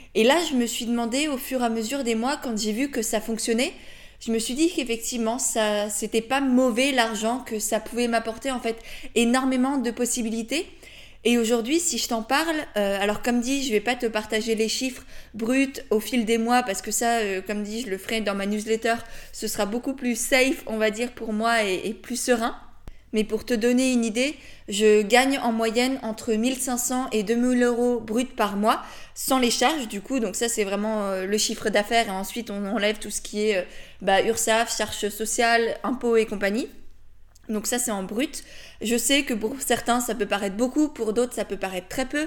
Et là, je me suis demandé au fur et à mesure des mois, quand j'ai vu que ça fonctionnait, je me suis dit qu'effectivement, ça, c'était pas mauvais l'argent, que ça pouvait m'apporter en fait énormément de possibilités. Et aujourd'hui, si je t'en parle, euh, alors comme dit, je vais pas te partager les chiffres bruts au fil des mois parce que ça, euh, comme dit, je le ferai dans ma newsletter. Ce sera beaucoup plus safe, on va dire, pour moi et, et plus serein. Mais pour te donner une idée, je gagne en moyenne entre mille cinq cents et deux mille euros bruts par mois, sans les charges du coup. Donc ça, c'est vraiment euh, le chiffre d'affaires. Et ensuite, on enlève tout ce qui est euh, bah, URSSAF, charges sociales, impôts et compagnie. Donc ça, c'est en brut. Je sais que pour certains, ça peut paraître beaucoup, pour d'autres, ça peut paraître très peu.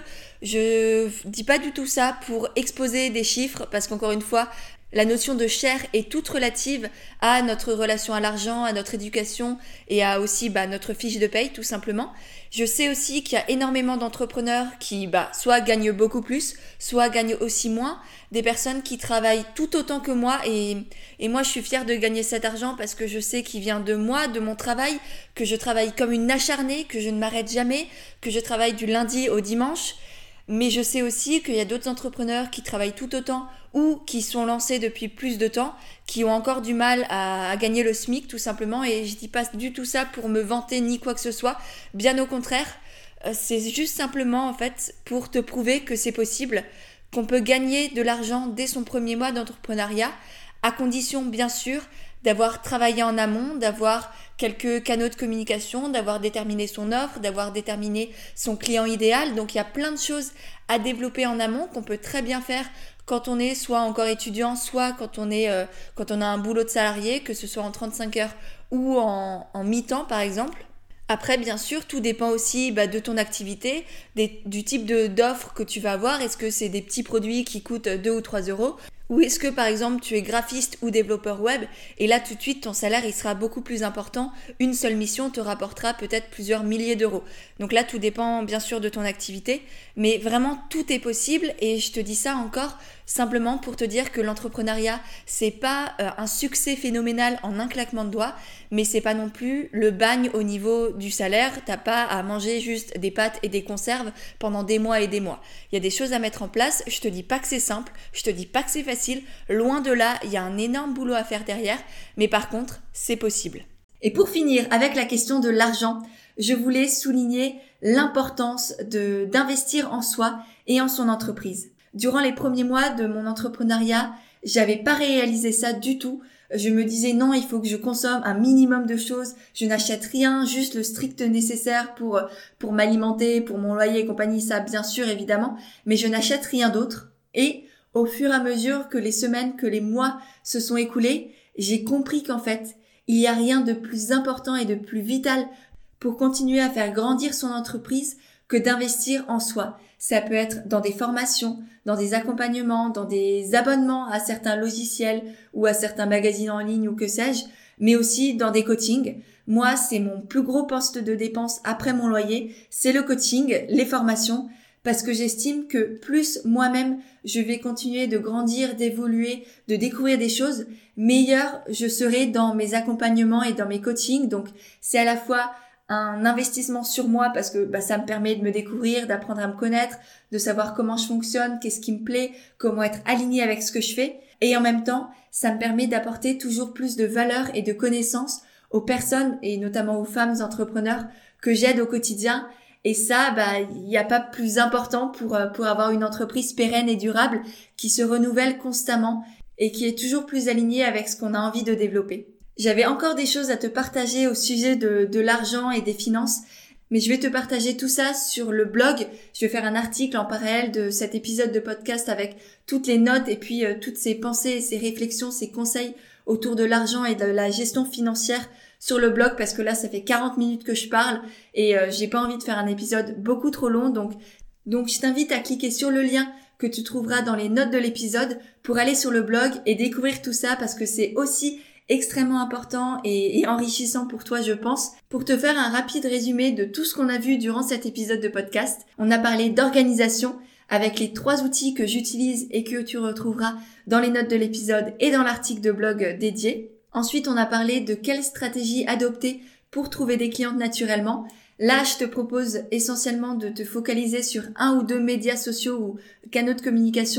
Je dis pas du tout ça pour exposer des chiffres, parce qu'encore une fois, la notion de cher est toute relative à notre relation à l'argent, à notre éducation et à aussi bah, notre fiche de paye, tout simplement. Je sais aussi qu'il y a énormément d'entrepreneurs qui bah, soit gagnent beaucoup plus, soit gagnent aussi moins. Des personnes qui travaillent tout autant que moi et, et moi je suis fière de gagner cet argent parce que je sais qu'il vient de moi, de mon travail, que je travaille comme une acharnée, que je ne m'arrête jamais, que je travaille du lundi au dimanche. Mais je sais aussi qu'il y a d'autres entrepreneurs qui travaillent tout autant ou qui sont lancés depuis plus de temps, qui ont encore du mal à, à gagner le SMIC tout simplement. Et je dis pas du tout ça pour me vanter ni quoi que ce soit, bien au contraire. C'est juste simplement en fait pour te prouver que c'est possible, qu'on peut gagner de l'argent dès son premier mois d'entrepreneuriat, à condition bien sûr d'avoir travaillé en amont, d'avoir quelques canaux de communication, d'avoir déterminé son offre, d'avoir déterminé son client idéal. Donc il y a plein de choses à développer en amont qu'on peut très bien faire quand on est soit encore étudiant, soit quand on est euh, quand on a un boulot de salarié, que ce soit en trente-cinq heures ou en, en mi-temps par exemple. Après, bien sûr, tout dépend aussi bah, de ton activité, des, du type de, d'offre que tu vas avoir. Est-ce que c'est des petits produits qui coûtent deux ou trois euros ? Ou est-ce que par exemple tu es graphiste ou développeur web et là tout de suite ton salaire il sera beaucoup plus important, une seule mission te rapportera peut-être plusieurs milliers d'euros. Donc là tout dépend bien sûr de ton activité, mais vraiment tout est possible et je te dis ça encore simplement pour te dire que l'entrepreneuriat c'est pas euh, un succès phénoménal en un claquement de doigts, mais c'est pas non plus le bagne au niveau du salaire, t'as pas à manger juste des pâtes et des conserves pendant des mois et des mois. Il y a des choses à mettre en place, je te dis pas que c'est simple, je te dis pas que c'est facile, loin de là, il y a un énorme boulot à faire derrière, mais par contre, c'est possible. Et pour finir avec la question de l'argent, je voulais souligner l'importance de, d'investir en soi et en son entreprise. Durant les premiers mois de mon entrepreneuriat, j'avais pas réalisé ça du tout. Je me disais non, il faut que je consomme un minimum de choses. Je n'achète rien, juste le strict nécessaire pour pour m'alimenter, pour mon loyer et compagnie, ça bien sûr évidemment, mais je n'achète rien d'autre. Et au fur et à mesure que les semaines, que les mois se sont écoulés, j'ai compris qu'en fait, il n'y a rien de plus important et de plus vital pour continuer à faire grandir son entreprise que d'investir en soi. Ça peut être dans des formations, dans des accompagnements, dans des abonnements à certains logiciels ou à certains magazines en ligne ou que sais-je, mais aussi dans des coachings. Moi, c'est mon plus gros poste de dépense après mon loyer, c'est le coaching, les formations, parce que j'estime que plus moi-même je vais continuer de grandir, d'évoluer, de découvrir des choses, meilleur je serai dans mes accompagnements et dans mes coachings. Donc c'est à la fois un investissement sur moi parce que bah, ça me permet de me découvrir, d'apprendre à me connaître, de savoir comment je fonctionne, qu'est-ce qui me plaît, comment être aligné avec ce que je fais. Et en même temps, ça me permet d'apporter toujours plus de valeur et de connaissances aux personnes et notamment aux femmes entrepreneurs que j'aide au quotidien. Et ça, bah, il n'y a pas plus important pour, pour avoir une entreprise pérenne et durable qui se renouvelle constamment et qui est toujours plus alignée avec ce qu'on a envie de développer. J'avais encore des choses à te partager au sujet de, de l'argent et des finances, mais je vais te partager tout ça sur le blog. Je vais faire un article en parallèle de cet épisode de podcast avec toutes les notes et puis euh, toutes ces pensées, ces réflexions, ces conseils autour de l'argent et de la gestion financière sur le blog parce que là, ça fait quarante minutes que je parle et euh, j'ai pas envie de faire un épisode beaucoup trop long. Donc, donc je t'invite à cliquer sur le lien que tu trouveras dans les notes de l'épisode pour aller sur le blog et découvrir tout ça parce que c'est aussi extrêmement important et, et enrichissant pour toi, je pense. Pour te faire un rapide résumé de tout ce qu'on a vu durant cet épisode de podcast, on a parlé d'organisation avec les trois outils que j'utilise et que tu retrouveras dans les notes de l'épisode et dans l'article de blog dédié. Ensuite, on a parlé de quelle stratégie adopter pour trouver des clientes naturellement. Là, je te propose essentiellement de te focaliser sur un ou deux médias sociaux ou canaux de communication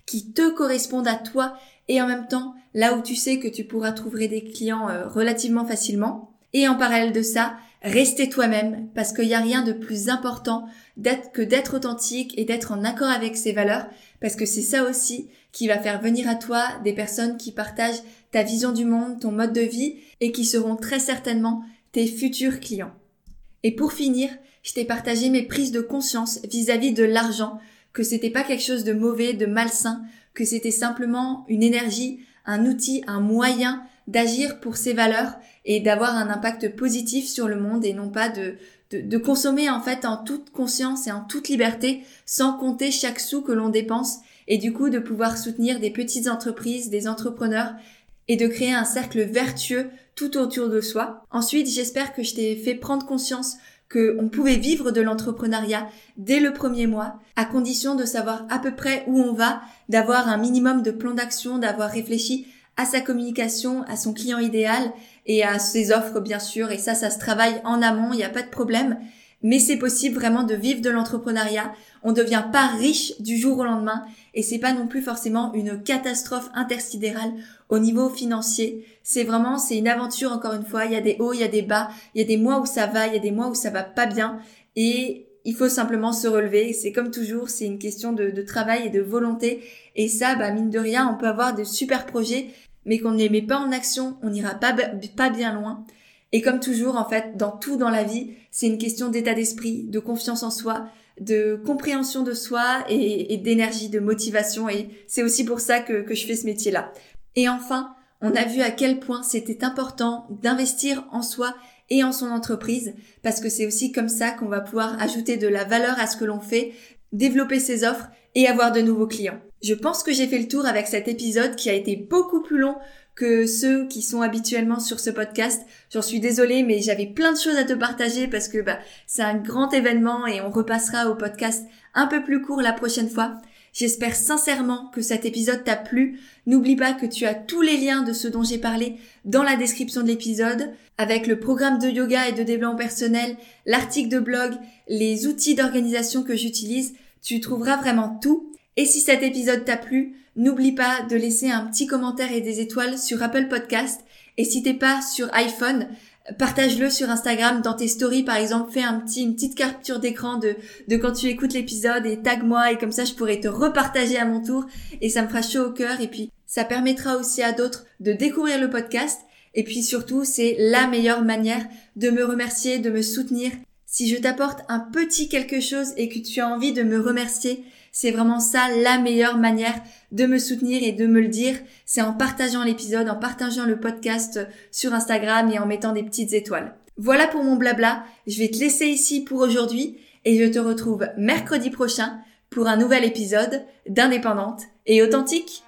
qui te correspondent à toi et en même temps là où tu sais que tu pourras trouver des clients euh, relativement facilement. Et en parallèle de ça, rester toi-même parce qu'il n'y a rien de plus important d'être, que d'être authentique et d'être en accord avec ses valeurs parce que c'est ça aussi qui va faire venir à toi des personnes qui partagent ta vision du monde, ton mode de vie et qui seront très certainement tes futurs clients. Et pour finir, je t'ai partagé mes prises de conscience vis-à-vis de l'argent, que c'était pas quelque chose de mauvais, de malsain, que c'était simplement une énergie, un outil, un moyen d'agir pour ses valeurs et d'avoir un impact positif sur le monde et non pas de, de, de consommer en fait en toute conscience et en toute liberté sans compter chaque sou que l'on dépense et du coup de pouvoir soutenir des petites entreprises, des entrepreneurs et de créer un cercle vertueux tout autour de soi. Ensuite, j'espère que je t'ai fait prendre conscience qu'on pouvait vivre de l'entrepreneuriat dès le premier mois, à condition de savoir à peu près où on va, d'avoir un minimum de plan d'action, d'avoir réfléchi à sa communication, à son client idéal et à ses offres bien sûr. Et ça, ça se travaille en amont, il n'y a pas de problème. Mais c'est possible vraiment de vivre de l'entrepreneuriat. On ne devient pas riche du jour au lendemain et c'est pas non plus forcément une catastrophe intersidérale au niveau financier. C'est vraiment, c'est une aventure encore une fois. Il y a des hauts, il y a des bas, il y a des mois où ça va, il y a des mois où ça va pas bien et il faut simplement se relever. C'est comme toujours, c'est une question de, de travail et de volonté. Et ça, bah mine de rien, on peut avoir de super projets, mais qu'on ne les met pas en action, on n'ira pas pas bien loin. Et comme toujours, en fait, dans tout dans la vie, c'est une question d'état d'esprit, de confiance en soi, de compréhension de soi et, et d'énergie, de motivation. Et c'est aussi pour ça que, que je fais ce métier-là. Et enfin, on a vu à quel point c'était important d'investir en soi et en son entreprise, parce que c'est aussi comme ça qu'on va pouvoir ajouter de la valeur à ce que l'on fait, développer ses offres et avoir de nouveaux clients. Je pense que j'ai fait le tour avec cet épisode qui a été beaucoup plus long que ceux qui sont habituellement sur ce podcast. J'en suis désolée, mais j'avais plein de choses à te partager parce que bah c'est un grand événement et on repassera au podcast un peu plus court la prochaine fois. J'espère sincèrement que cet épisode t'a plu. N'oublie pas que tu as tous les liens de ce dont j'ai parlé dans la description de l'épisode, avec le programme de yoga et de développement personnel, l'article de blog, les outils d'organisation que j'utilise. Tu trouveras vraiment tout. Et si cet épisode t'a plu, n'oublie pas de laisser un petit commentaire et des étoiles sur Apple Podcast. Et si t'es pas sur iPhone, partage-le sur Instagram dans tes stories par exemple. Fais un petit, une petite capture d'écran de, de quand tu écoutes l'épisode et tag-moi et comme ça je pourrai te repartager à mon tour et ça me fera chaud au cœur et puis ça permettra aussi à d'autres de découvrir le podcast. Et puis surtout, c'est la meilleure manière de me remercier, de me soutenir. Si je t'apporte un petit quelque chose et que tu as envie de me remercier, c'est vraiment ça la meilleure manière de me soutenir et de me le dire. C'est en partageant l'épisode, en partageant le podcast sur Instagram et en mettant des petites étoiles. Voilà pour mon blabla. Je vais te laisser ici pour aujourd'hui et je te retrouve mercredi prochain pour un nouvel épisode d'Indépendante et Authentique.